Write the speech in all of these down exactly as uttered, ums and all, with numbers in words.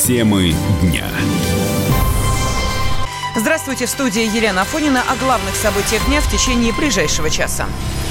Темы дня. Здравствуйте, в студии Елена Афонина. О главных событиях дня в течение ближайшего часа.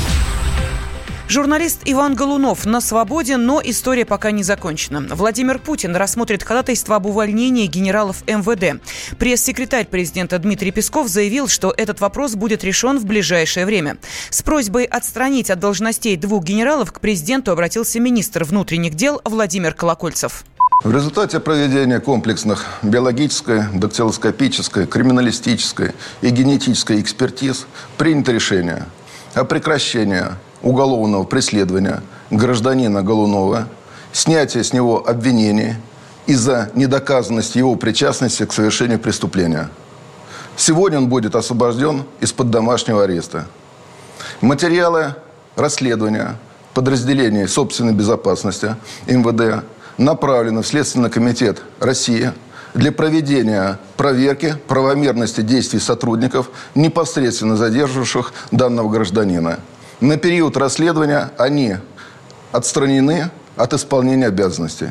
Журналист Иван Голунов на свободе, но история пока не закончена. Владимир Путин рассмотрит ходатайство об увольнении генералов эм вэ дэ. Пресс-секретарь президента Дмитрий Песков заявил, что этот вопрос будет решен в ближайшее время. С просьбой отстранить от должностей двух генералов к президенту обратился министр внутренних дел Владимир Колокольцев. В результате проведения комплексных биологической, дактилоскопической, криминалистической и генетической экспертиз принято решение о прекращении уголовного преследования гражданина Голунова, снятия с него обвинений из-за недоказанности его причастности к совершению преступления. Сегодня он будет освобожден из-под домашнего ареста. Материалы расследования подразделений собственной безопасности эм вэ дэ направлены в Следственный комитет России для проведения проверки правомерности действий сотрудников, непосредственно задерживавших данного гражданина. На период расследования они отстранены от исполнения обязанностей.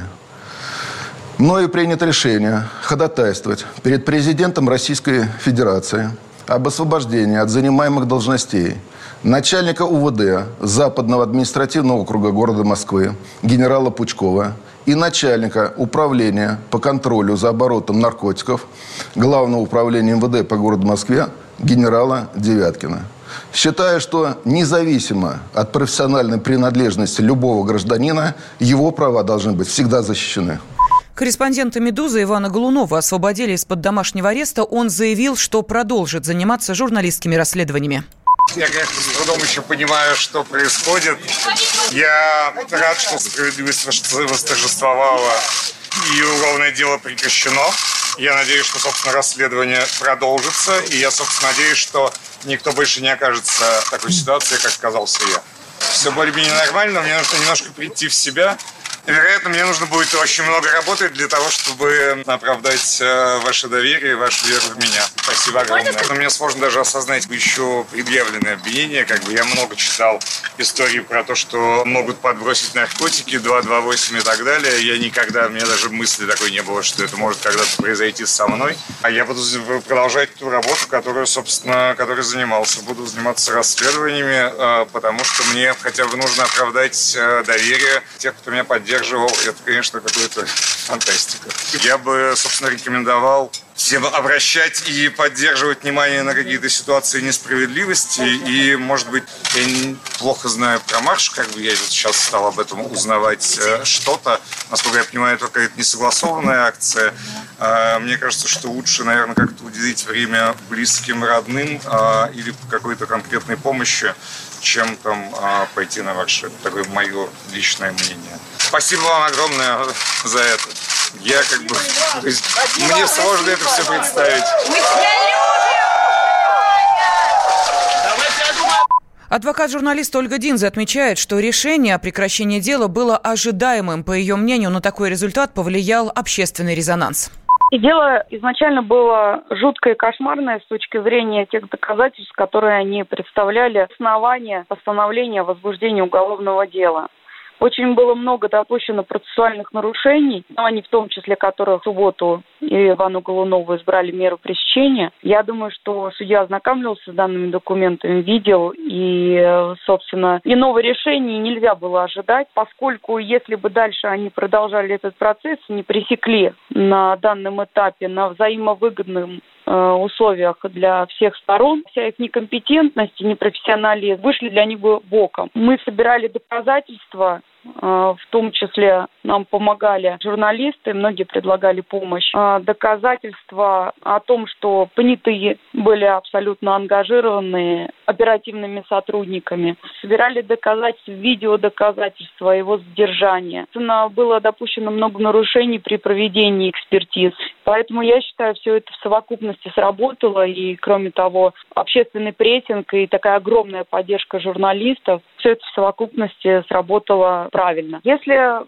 Мною принято решение ходатайствовать перед президентом Российской Федерации об освобождении от занимаемых должностей начальника у вэ дэ Западного административного округа города Москвы генерала Пучкова и начальника управления по контролю за оборотом наркотиков Главного управления эм вэ дэ по городу Москве генерала Девяткина. Считаю, что независимо от профессиональной принадлежности любого гражданина, его права должны быть всегда защищены. Корреспондента «Медузы» Ивана Голунова освободили из-под домашнего ареста. Он заявил, что продолжит заниматься журналистскими расследованиями. Я, конечно, с трудом еще понимаю, что происходит. Я рад, что справедливость восторжествовала и уголовное дело прекращено. Я надеюсь, что, собственно, расследование продолжится. И я, собственно, надеюсь, что никто больше не окажется в такой ситуации, как оказался я. Все более-менее нормально, мне нужно немножко прийти в себя. Вероятно, мне нужно будет очень много работать для того, чтобы оправдать э, ваше доверие, вашу веру в меня. Спасибо огромное. Но мне сложно даже осознать еще предъявленные обвинения. Как бы я много читал истории про то, что могут подбросить наркотики, два два восемь и так далее. Я никогда, у меня даже мысли такой не было, что это может когда-то произойти со мной. А я буду продолжать ту работу, которую, собственно, которой занимался. Буду заниматься расследованиями, э, потому что мне хотя бы нужно оправдать э, доверие тех, кто меня поддерживает. Это, конечно, какая-то фантастика. Я бы, собственно, рекомендовал всем обращать и поддерживать внимание на какие-то ситуации несправедливости. И, может быть, я плохо знаю про марш, как бы я сейчас стал об этом узнавать что-то. Насколько я понимаю, это какая-то несогласованная акция. Мне кажется, что лучше, наверное, как-то уделить время близким, родным или какой-то конкретной помощи, чем там пойти на марш. Это такое мое личное мнение. Спасибо вам огромное за это. Я как бы... То есть, мне сложно это все представить. Адвокат-журналист Ольга Динзе отмечает, что решение о прекращении дела было ожидаемым. По ее мнению, на такой результат повлиял общественный резонанс. И дело изначально было жуткое и кошмарное с точки зрения тех доказательств, которые они представляли, основания постановления о возбуждении уголовного дела. Очень было много допущено процессуальных нарушений, они в том числе, которых в субботу Ивану Голунову избрали меру пресечения. Я думаю, что судья ознакомился с данными документами, видел, и, собственно, иного решения нельзя было ожидать, поскольку если бы дальше они продолжали этот процесс, не пресекли на данном этапе на взаимовыгодном условиях для всех сторон, вся их некомпетентность и непрофессионализм вышли для них боком. Мы собирали доказательства, в том числе нам помогали журналисты, многие предлагали помощь. Доказательства о том, что понятые были абсолютно ангажированные оперативными сотрудниками. Собирали доказательства, видеодоказательства его задержания. Было допущено много нарушений при проведении экспертиз. Поэтому я считаю, все это в совокупности сработало. И, кроме того, общественный прессинг и такая огромная поддержка журналистов, все это в совокупности сработало правильно. Если э,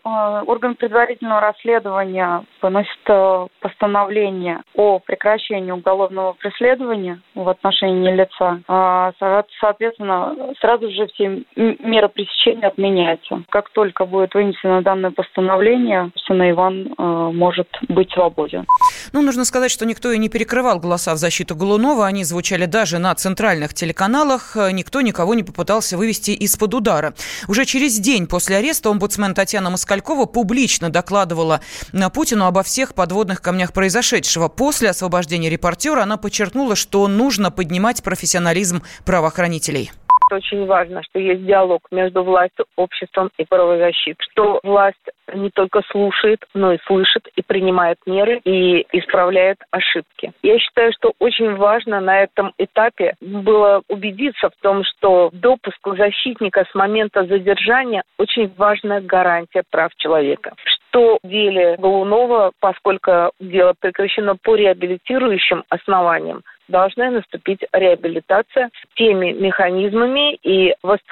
орган предварительного расследования выносит постановление о прекращении уголовного преследования в отношении лица. Соответственно, сразу же все меры пресечения отменяются. Как только будет вынесено данное постановление, собственно, Иван может быть свободен. Ну, нужно сказать, что никто и не перекрывал голоса в защиту Голунова. Они звучали даже на центральных телеканалах. Никто никого не попытался вывести из-под удара. Уже через день после ареста омбудсмен Татьяна Москалькова публично докладывала Путину обо всех подводных камнях произошедшего. После освобождения репортера она подчеркнула, что нужно поднимать профессионализм правоохранителей. Очень важно, что есть диалог между властью, обществом и правозащитой. Что власть не только слушает, но и слышит, и принимает меры, и исправляет ошибки. Я считаю, что очень важно на этом этапе было убедиться в том, что допуск защитника с момента задержания очень важная гарантия прав человека. Что в деле Голунова, поскольку дело прекращено по реабилитирующим основаниям, должна наступить реабилитация с теми механизмами и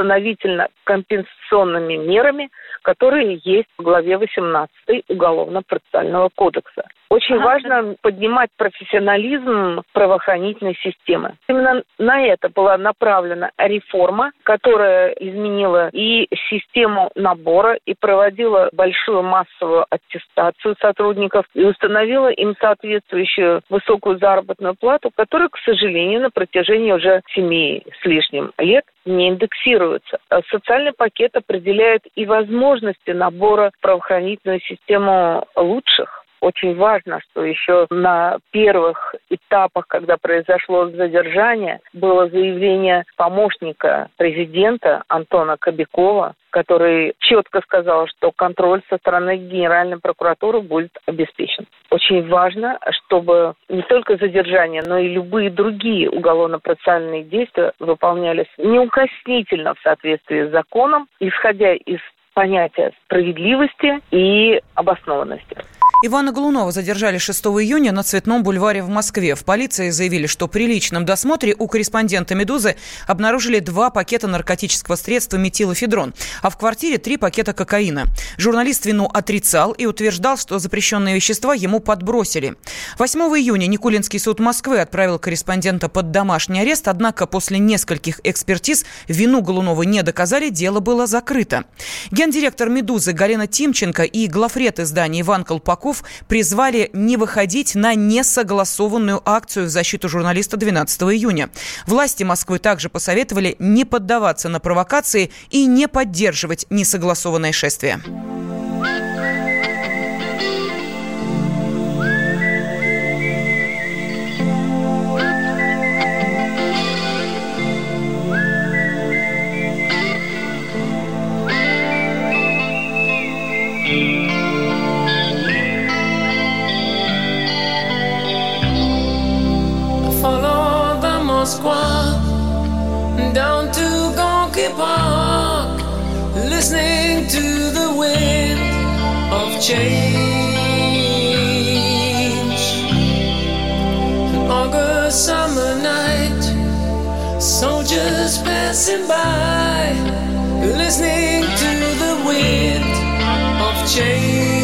восстановительно-компенсационными мерами, которые есть в главе восемнадцатой Уголовно-процессуального кодекса. Очень ага. важно поднимать профессионализм правоохранительной системы. Именно на это была направлена реформа, которая изменила и систему набора, и проводила большую массовую аттестацию сотрудников, и установила им соответствующую высокую заработную плату, которая, к сожалению, на протяжении уже семи с лишним лет не индексируется. Социальный пакет определяет и возможности набора в правоохранительную систему лучших. Очень важно, что еще на первых этапах, когда произошло задержание, было заявление помощника президента Антона Кобякова, который четко сказал, что контроль со стороны Генеральной прокуратуры будет обеспечен. Очень важно, чтобы не только задержание, но и любые другие уголовно-процессуальные действия выполнялись неукоснительно в соответствии с законом, исходя из понятия справедливости и обоснованности. Ивана Голунова задержали шестого июня на Цветном бульваре в Москве. В полиции заявили, что при личном досмотре у корреспондента «Медузы» обнаружили два пакета наркотического средства метилофедрон, а в квартире три пакета кокаина. Журналист вину отрицал и утверждал, что запрещенные вещества ему подбросили. восьмого июня Никулинский суд Москвы отправил корреспондента под домашний арест, однако после нескольких экспертиз вину Голунова не доказали, дело было закрыто. Гендиректор «Медузы» Галина Тимченко и главред издания Иван Колпаков призвали не выходить на несогласованную акцию в защиту журналиста двенадцатого июня. Власти Москвы также посоветовали не поддаваться на провокации и не поддерживать несогласованное шествие. Down to Gonky Park, listening to the wind of change. An August summer night, soldiers passing by, listening to the wind of change.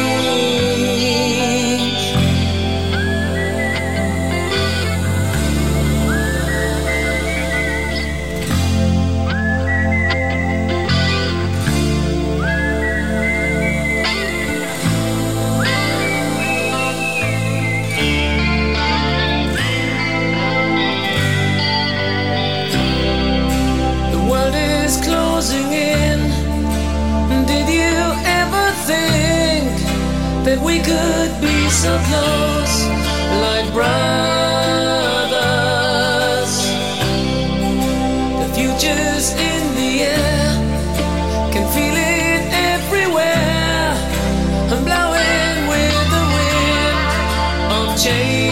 That we could be so close, like brothers. The future's in the air, can feel it everywhere. I'm blowing with the wind of change.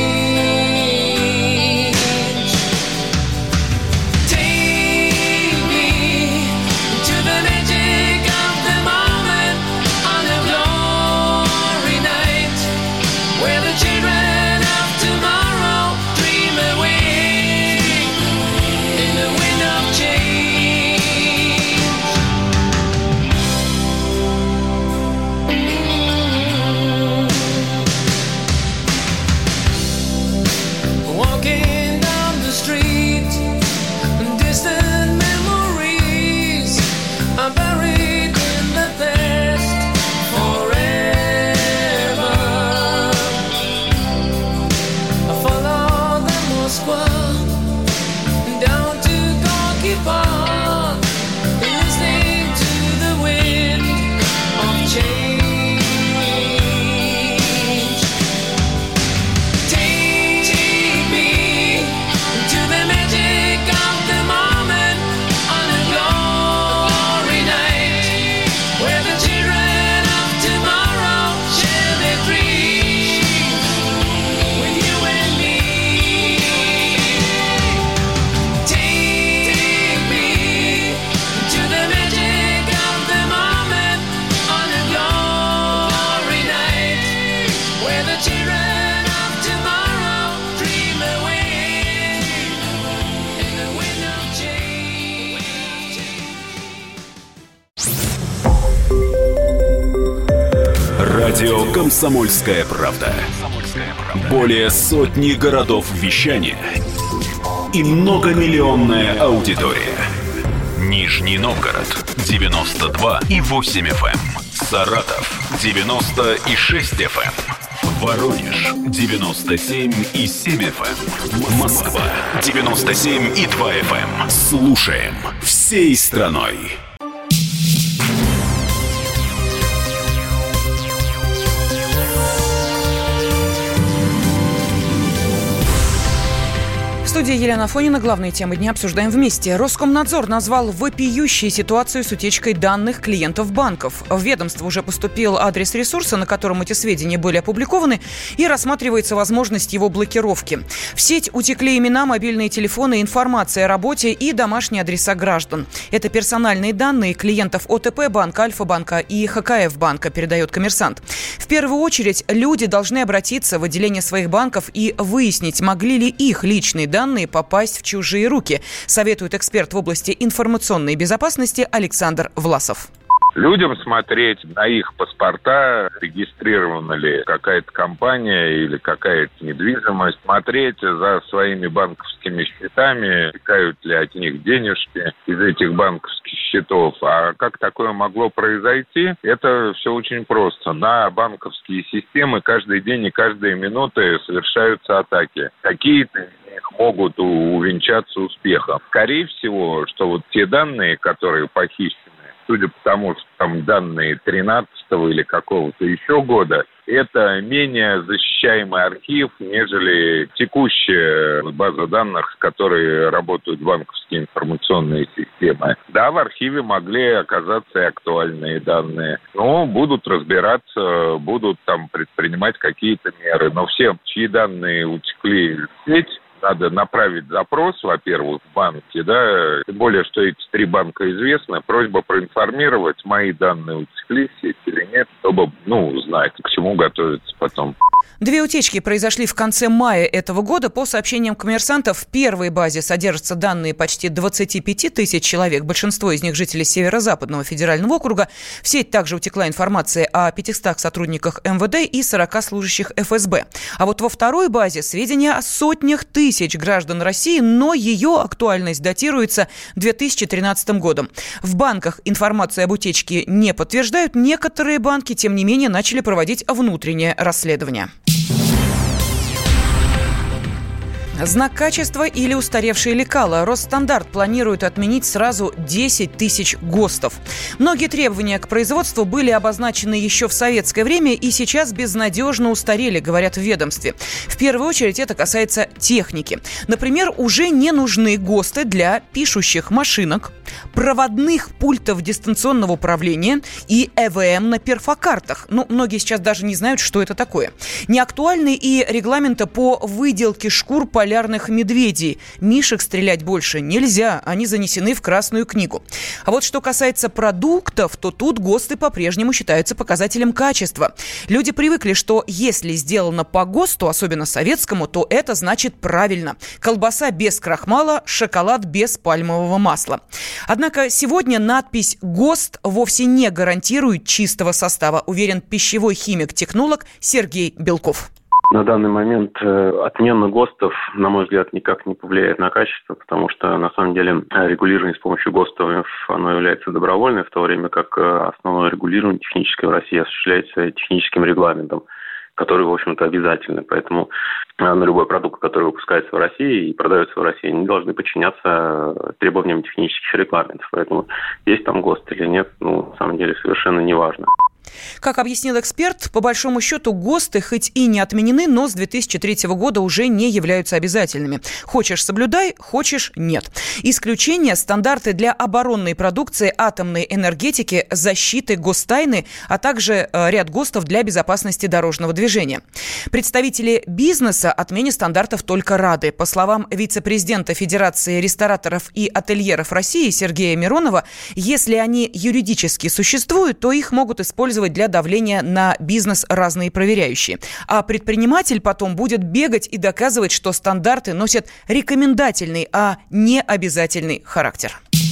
Take me to the magic of the moment on a glory. Where the children of tomorrow I'm buried in the past forever. I follow the Moskva down to Gorky Park, listening to the wind of change. Take me to the magic of the moment on a glory night, where the children of tomorrow share their dreams with you and me. Take me to the magic of the moment on a glory night, where the children of tomorrow dream away in the wind of change. Радио «Комсомольская правда». Более сотни городов вещания и многомиллионная аудитория. Нижний Новгород девяносто два и восемь эф эм, Саратов девяносто и шесть эф эм, Воронеж девяносто семь и семь эф эм, Москва девяносто семь и два эф эм. Слушаем всей страной. В студии Елена Афонина. Главные темы дня обсуждаем вместе. Роскомнадзор назвал вопиющей ситуацию с утечкой данных клиентов банков. В ведомство уже поступил адрес ресурса, на котором эти сведения были опубликованы, и рассматривается возможность его блокировки. В сеть утекли имена, мобильные телефоны, информация о работе и домашние адреса граждан. Это персональные данные клиентов о тэ пэ банка, Альфа-банка и ха ка эф банка, передает «Коммерсант». В первую очередь люди должны обратиться в отделение своих банков и выяснить, могли ли их личные данные попасть в чужие руки, советует эксперт в области информационной безопасности Александр Власов. Людям смотреть на их паспорта, регистрирована ли какая-то компания или какая-то недвижимость, смотреть за своими банковскими счетами, текают ли от них денежки из этих банковских счетов. А как такое могло произойти? Это все очень просто. На банковские системы каждый день и каждые минуты совершаются атаки. Какие-то из них могут увенчаться успехом. Скорее всего, что вот те данные, которые похищены, судя по тому, что там данные тринадцатого или какого-то еще года, это менее защищаемый архив, нежели текущая база данных, с которой работают банковские информационные системы. Да, в архиве могли оказаться и актуальные данные, но будут разбираться, будут там предпринимать какие-то меры. Но все, чьи данные утекли в сеть, надо направить запрос, во-первых, в банке, да, тем более, что эти три банка известны, просьба проинформировать, мои данные утекли в сеть или нет, чтобы, ну, знать, к чему готовиться потом. Две утечки произошли в конце мая этого года. По сообщениям «Коммерсанта», в первой базе содержатся данные почти двадцать пять тысяч человек. Большинство из них жители Северо-Западного федерального округа. В сеть также утекла информация о пятистах сотрудниках эм вэ дэ и сорока служащих эф эс бэ. А вот во второй базе сведения о сотнях тысяч граждан России, но ее актуальность датируется две тысячи тринадцатым годом. В банках информацию об утечке не подтверждают. Некоторые банки, тем не менее, начали проводить внутреннее расследование. Знак качества или устаревшие лекала. Росстандартт планирует отменить сразу десять тысяч ГОСТов. Многие требования к производству были обозначены еще в советское время и сейчас безнадежно устарели, говорят в ведомстве. В первую очередь это касается техники. Например, уже не нужны ГОСТы для пишущих машинок, проводных пультов дистанционного управления и э вэ эм на перфокартах. Ну, многие сейчас даже не знают, что это такое. Неактуальны и регламенты по выделке шкур полярных медведей. Мишек стрелять больше нельзя, они занесены в Красную книгу. А вот что касается продуктов, то тут ГОСТы по-прежнему считаются показателем качества. Люди привыкли, что если сделано по ГОСТу, особенно советскому, то это значит правильно. Колбаса без крахмала, шоколад без пальмового масла. Однако сегодня надпись «ГОСТ» вовсе не гарантирует чистого состава, уверен пищевой химик-технолог Сергей Белков. На данный момент отмена ГОСТов, на мой взгляд, никак не повлияет на качество, потому что, на самом деле, регулирование с помощью ГОСТов, оно является добровольным, в то время как основное регулирование техническое в России осуществляется техническим регламентом, который, в общем-то, обязательный. Поэтому на любой продукт, который выпускается в России и продается в России, они должны подчиняться требованиям технических регламентов. Поэтому есть там ГОСТ или нет, ну, на самом деле, совершенно не важно. Как объяснил эксперт, по большому счету ГОСТы хоть и не отменены, но с две тысячи третьего года уже не являются обязательными. Хочешь – соблюдай, хочешь – нет. Исключение – стандарты для оборонной продукции, атомной энергетики, защиты, гостайны, а также ряд ГОСТов для безопасности дорожного движения. Представители бизнеса отмене стандартов только рады. По словам вице-президента Федерации рестораторов и ательеров России Сергея Миронова, если они юридически существуют, то их могут использовать для давления на бизнес разные проверяющие. А предприниматель потом будет бегать и доказывать, что стандарты носят рекомендательный, а не обязательный характер.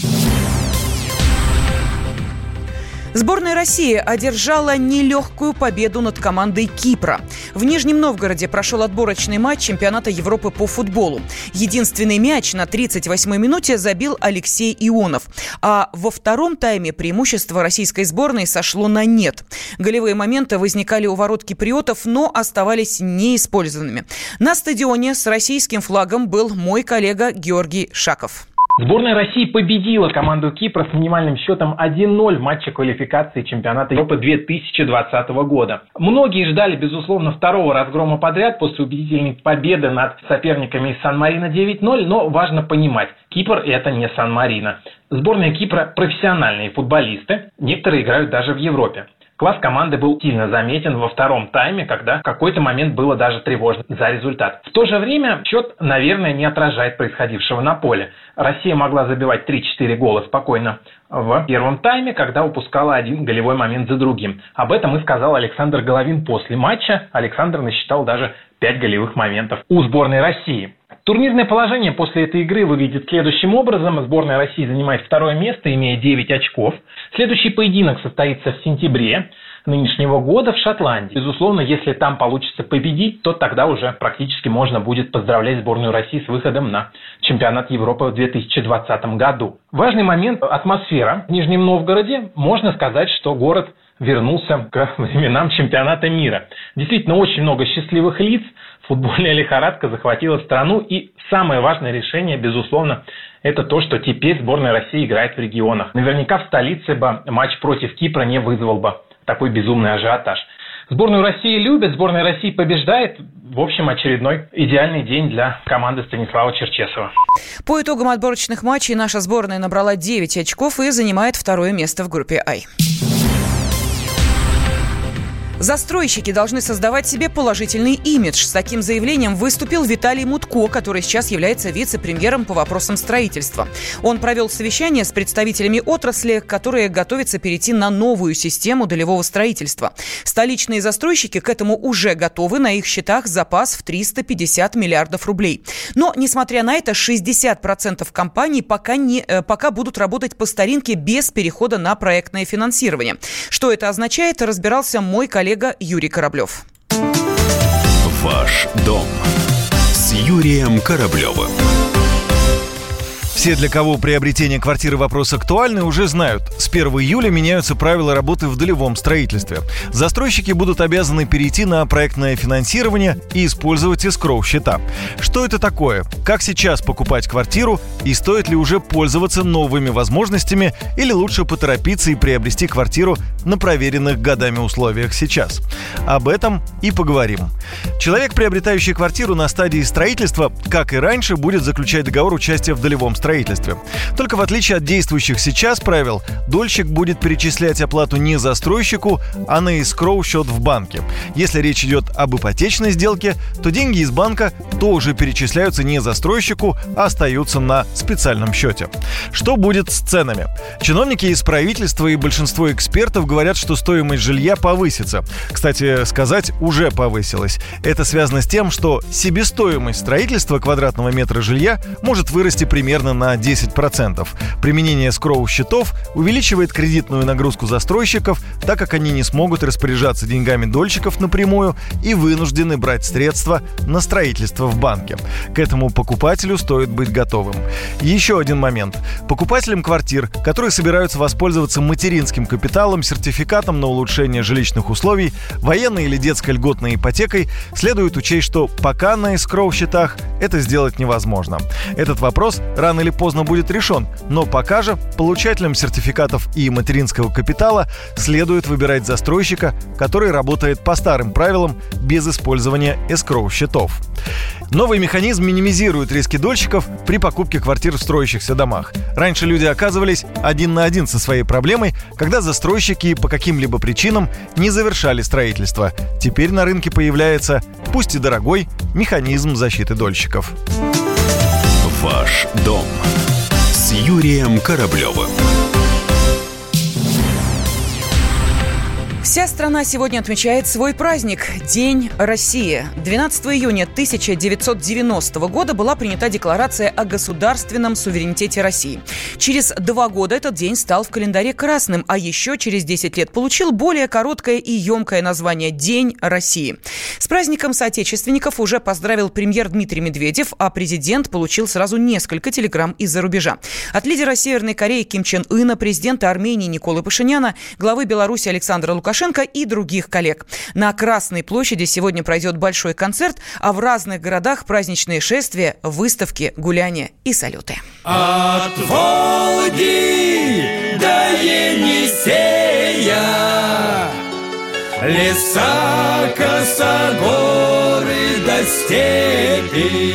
Сборная России одержала нелегкую победу над командой Кипра. В Нижнем Новгороде прошел отборочный матч чемпионата Европы по футболу. Единственный мяч на тридцать восьмой минуте забил Алексей Ионов. А во втором тайме преимущество российской сборной сошло на нет. Голевые моменты возникали у ворот киприотов, но оставались неиспользованными. На стадионе с российским флагом был мой коллега Георгий Шаков. Сборная России победила команду Кипра с минимальным счетом один ноль в матче квалификации чемпионата Европы две тысячи двадцатого года. Многие ждали, безусловно, второго разгрома подряд после убедительной победы над соперниками из Сан-Марино девять ноль, но важно понимать, Кипр – это не Сан-Марино. Сборная Кипра – профессиональные футболисты, некоторые играют даже в Европе. Класс команды был сильно заметен во втором тайме, когда в какой-то момент было даже тревожно за результат. В то же время счет, наверное, не отражает происходившего на поле. Россия могла забивать три-четыре гола спокойно в первом тайме, когда упускала один голевой момент за другим. Об этом и сказал Александр Головин после матча. Александр насчитал даже пять голевых моментов у сборной России. Турнирное положение после этой игры выглядит следующим образом. Сборная России занимает второе место, имея девять очков. Следующий поединок состоится в сентябре нынешнего года в Шотландии. Безусловно, если там получится победить, то тогда уже практически можно будет поздравлять сборную России с выходом на чемпионат Европы в две тысячи двадцатом году. Важный момент – атмосфера в Нижнем Новгороде. Можно сказать, что город вернулся к временам чемпионата мира. Действительно, очень много счастливых лиц. Футбольная лихорадка захватила страну, и самое важное решение, безусловно, это то, что теперь сборная России играет в регионах. Наверняка в столице бы матч против Кипра не вызвал бы такой безумный ажиотаж. Сборную России любят, сборная России побеждает. В общем, очередной идеальный день для команды Станислава Черчесова. По итогам отборочных матчей наша сборная набрала девять очков и занимает второе место в группе «А». Застройщики должны создавать себе положительный имидж. С таким заявлением выступил Виталий Мутко, который сейчас является вице-премьером по вопросам строительства. Он провел совещание с представителями отрасли, которые готовятся перейти на новую систему долевого строительства. Столичные застройщики к этому уже готовы. На их счетах запас в триста пятьдесят миллиардов рублей. Но, несмотря на это, шестьдесят процентов компаний пока, не, пока будут работать по старинке без перехода на проектное финансирование. Что это означает, разбирался мой коллега Юрий Кораблев. Ваш дом с Юрием Кораблевым. Все, для кого приобретение квартиры вопрос актуальный, уже знают. С первого июля меняются правила работы в долевом строительстве. Застройщики будут обязаны перейти на проектное финансирование и использовать эскроу-счета. Что это такое? Как сейчас покупать квартиру? И стоит ли уже пользоваться новыми возможностями? Или лучше поторопиться и приобрести квартиру на проверенных годами условиях сейчас? Об этом и поговорим. Человек, приобретающий квартиру на стадии строительства, как и раньше, будет заключать договор участия в долевом строительстве. Только в отличие от действующих сейчас правил, дольщик будет перечислять оплату не застройщику, а на эскроу счет в банке. Если речь идет об ипотечной сделке, то деньги из банка тоже перечисляются не застройщику, а остаются на специальном счете. Что будет с ценами? Чиновники из правительства и большинство экспертов говорят, что стоимость жилья повысится. Кстати сказать, уже повысилась. Это связано с тем, что себестоимость строительства квадратного метра жилья может вырасти примерно на на десять процентов. Применение скроу-счетов увеличивает кредитную нагрузку застройщиков, так как они не смогут распоряжаться деньгами дольщиков напрямую и вынуждены брать средства на строительство в банке. К этому покупателю стоит быть готовым. Еще один момент. Покупателям квартир, которые собираются воспользоваться материнским капиталом, сертификатом на улучшение жилищных условий, военной или детской льготной ипотекой, следует учесть, что пока на эскроу-счетах это сделать невозможно. Этот вопрос рано или поздно будет решен, но пока же получателям сертификатов и материнского капитала следует выбирать застройщика, который работает по старым правилам без использования эскроу-счетов. Новый механизм минимизирует риски дольщиков при покупке квартир в строящихся домах. Раньше люди оказывались один на один со своей проблемой, когда застройщики по каким-либо причинам не завершали строительство. Теперь на рынке появляется, пусть и дорогой, механизм защиты дольщиков. Ваш дом с Юрием Кораблевым. Вся страна сегодня отмечает свой праздник – День России. двенадцатого июня тысяча девятьсот девяностого года была принята Декларация о государственном суверенитете России. Через два года этот день стал в календаре красным, а еще через десять лет получил более короткое и емкое название – День России. С праздником соотечественников уже поздравил премьер Дмитрий Медведев, а президент получил сразу несколько телеграмм из-за рубежа. От лидера Северной Кореи Ким Чен Ына, президента Армении Николы Пашиняна, главы Беларуси Александра Лукашенко и других коллег. На Красной площади сегодня пройдет большой концерт, а в разных городах праздничные шествия, выставки, гуляния и салюты. От Волги до Енисея, леса, косогоры до степи,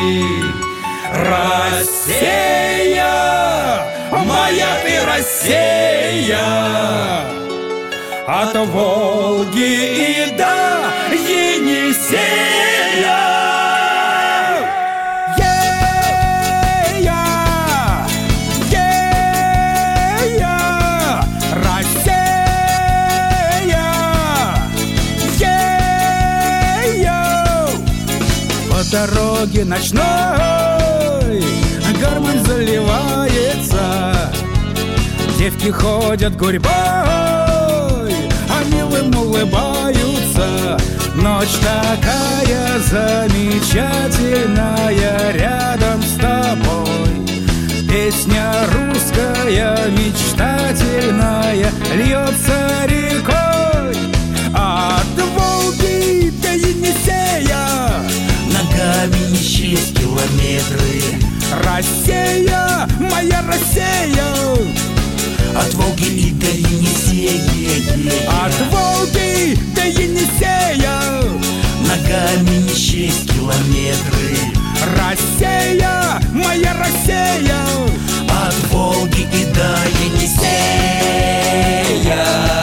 Россия, моя ты Россия. От Волги и до Енисея. Е-я, е-я, Россия, е-я. По дороге ночной гармонь заливается, девки ходят гурьбой, милым улыбаются. Ночь такая замечательная рядом с тобой. Песня русская мечтательная льется рекой. От Волги до Енисея ногами не счесть километры. Россия, моя Россия. От Волги и до Енисея. От Волги до Енисея ногами не счесть километры. Россия, моя Россия. От Волги и до Енисея.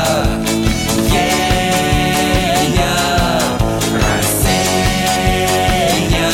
Е-я, Россия.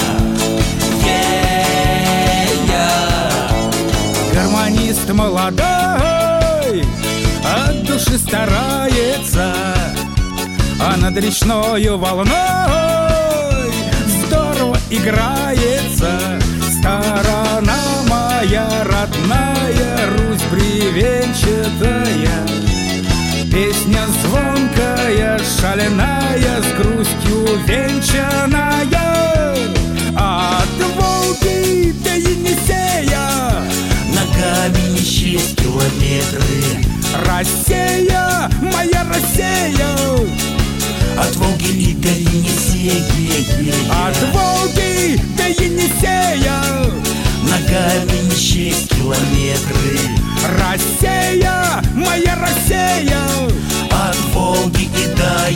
Е-я. Гармонист молодой от души старается, а над речною волной здорово играется. Сторона моя родная, Русь бревенчатая, песня звонкая, шаленая, с грустью венчаная. От Волги до Енисея ногами не счесть километры. Россия, моя Россия. От Волги и до Енисея. От Волги до Енисея ногами не счесть километры. Россия, моя Россия. От Волги и до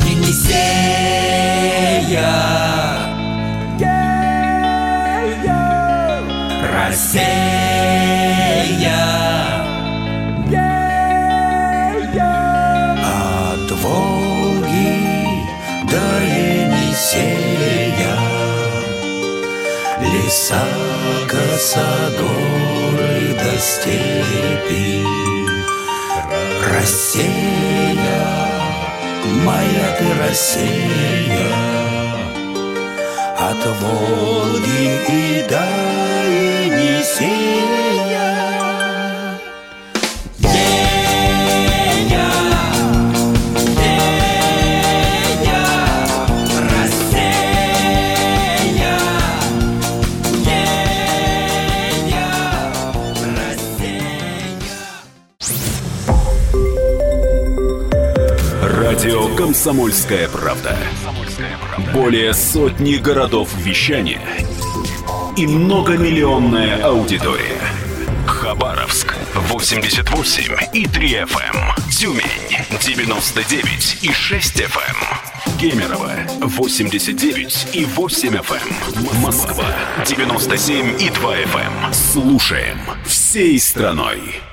Енисея. Россия. От Волги до Енисея, леса, косогоры до степи. Россия, моя ты Россия. от Волги и до Енисея. Деня, Деня, Россия, Деня, Россия. Радио «Комсомольская правда». Более сотни городов вещания и многомиллионная аудитория. Хабаровск восемьдесят восемь и три эф эм, Тюмень девяносто девять и шесть эф эм, Кемерово восемьдесят девять и восемь эф эм, Москва девяносто семь и два эф эм. Слушаем всей страной.